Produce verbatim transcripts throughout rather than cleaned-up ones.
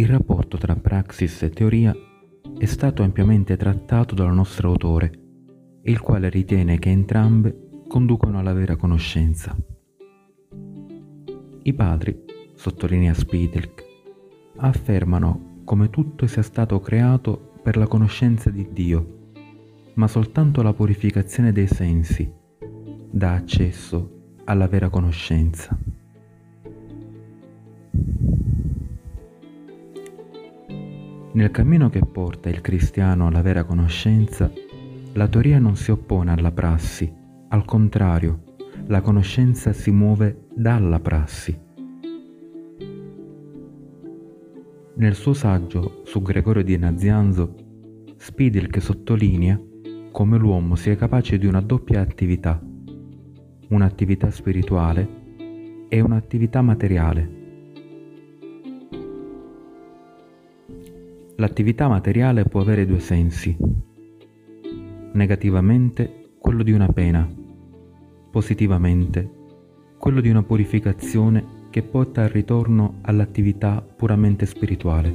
rapporto tra praxis e teoria è stato ampiamente trattato dal nostro autore, il quale ritiene che entrambe conducono alla vera conoscenza. I padri, sottolinea Spidilk, affermano come tutto sia stato creato per la conoscenza di Dio, ma soltanto la purificazione dei sensi dà accesso alla vera conoscenza. Nel cammino che porta il cristiano alla vera conoscenza, la teoria non si oppone alla prassi, al contrario, la conoscenza si muove dalla prassi. Nel suo saggio su Gregorio di Nazianzo, Spidilk sottolinea come l'uomo sia capace di una doppia attività, un'attività spirituale e un'attività materiale. L'attività materiale può avere due sensi. Negativamente quello di una pena, positivamente quello di una purificazione che porta al ritorno all'attività puramente spirituale.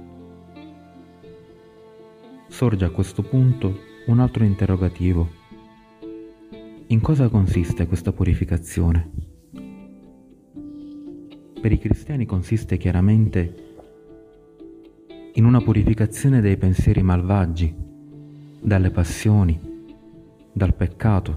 Sorge a questo punto un altro interrogativo. In cosa consiste questa purificazione? Per i cristiani consiste chiaramente in una purificazione dai pensieri malvagi, dalle passioni, dal peccato.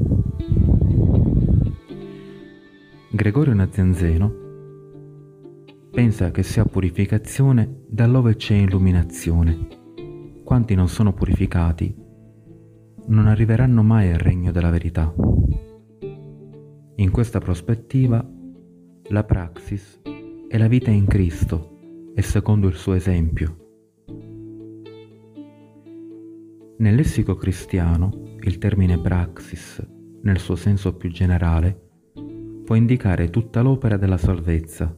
Gregorio Nazianzeno pensa che sia purificazione da dove c'è illuminazione. Quanti non sono purificati non arriveranno mai al regno della verità. In questa prospettiva, la praxis è la vita in Cristo e secondo il suo esempio. Nel lessico cristiano, il termine praxis, nel suo senso più generale, può indicare tutta l'opera della salvezza.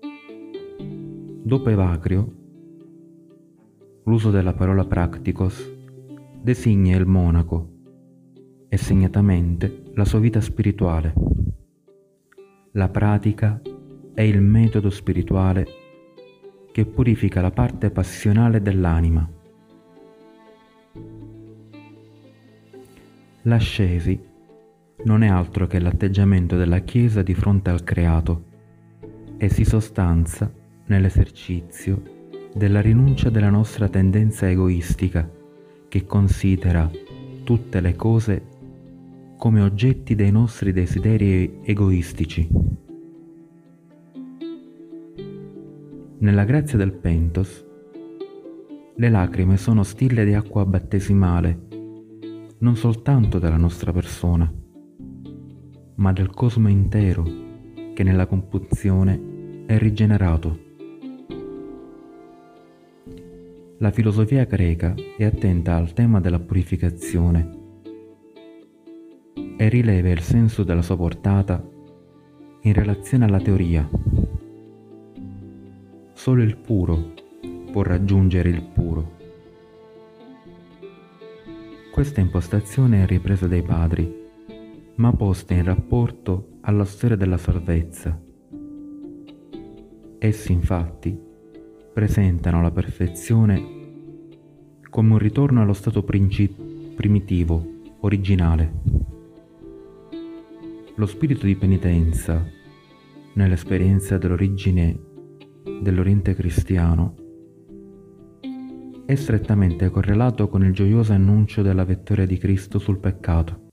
Dopo Evagrio, l'uso della parola practicos designa il monaco e segnatamente la sua vita spirituale. La pratica è il metodo spirituale che purifica la parte passionale dell'anima. L'ascesi non è altro che l'atteggiamento della Chiesa di fronte al creato e si sostanza nell'esercizio della rinuncia della nostra tendenza egoistica che considera tutte le cose come oggetti dei nostri desideri egoistici. Nella grazia del Pentos, le lacrime sono stille di acqua battesimale, non soltanto della nostra persona, ma del cosmo intero che nella compunzione è rigenerato. La filosofia greca è attenta al tema della purificazione e rileva il senso della sua portata in relazione alla teoria. Solo il puro può raggiungere il puro. Questa impostazione è ripresa dai padri, ma posta in rapporto alla storia della salvezza. Essi infatti presentano la perfezione come un ritorno allo stato princip- primitivo, originale. Lo spirito di penitenza, nell'esperienza dell'origine dell'Oriente cristiano, è strettamente correlato con il gioioso annuncio della vittoria di Cristo sul peccato.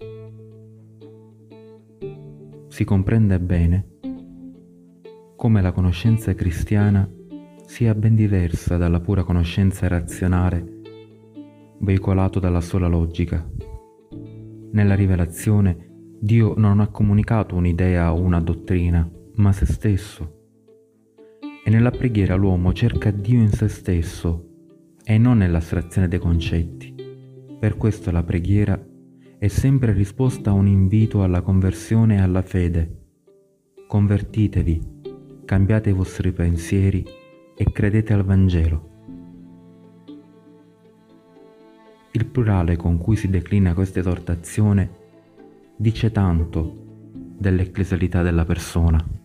Si comprende bene come la conoscenza cristiana sia ben diversa dalla pura conoscenza razionale veicolato dalla sola logica. Nella rivelazione Dio non ha comunicato un'idea o una dottrina, ma se stesso. E nella preghiera l'uomo cerca Dio in se stesso e non nell'astrazione dei concetti. Per questo la preghiera è sempre risposta a un invito alla conversione e alla fede. Convertitevi, cambiate i vostri pensieri e credete al Vangelo. Il plurale con cui si declina questa esortazione dice tanto dell'ecclesialità della persona.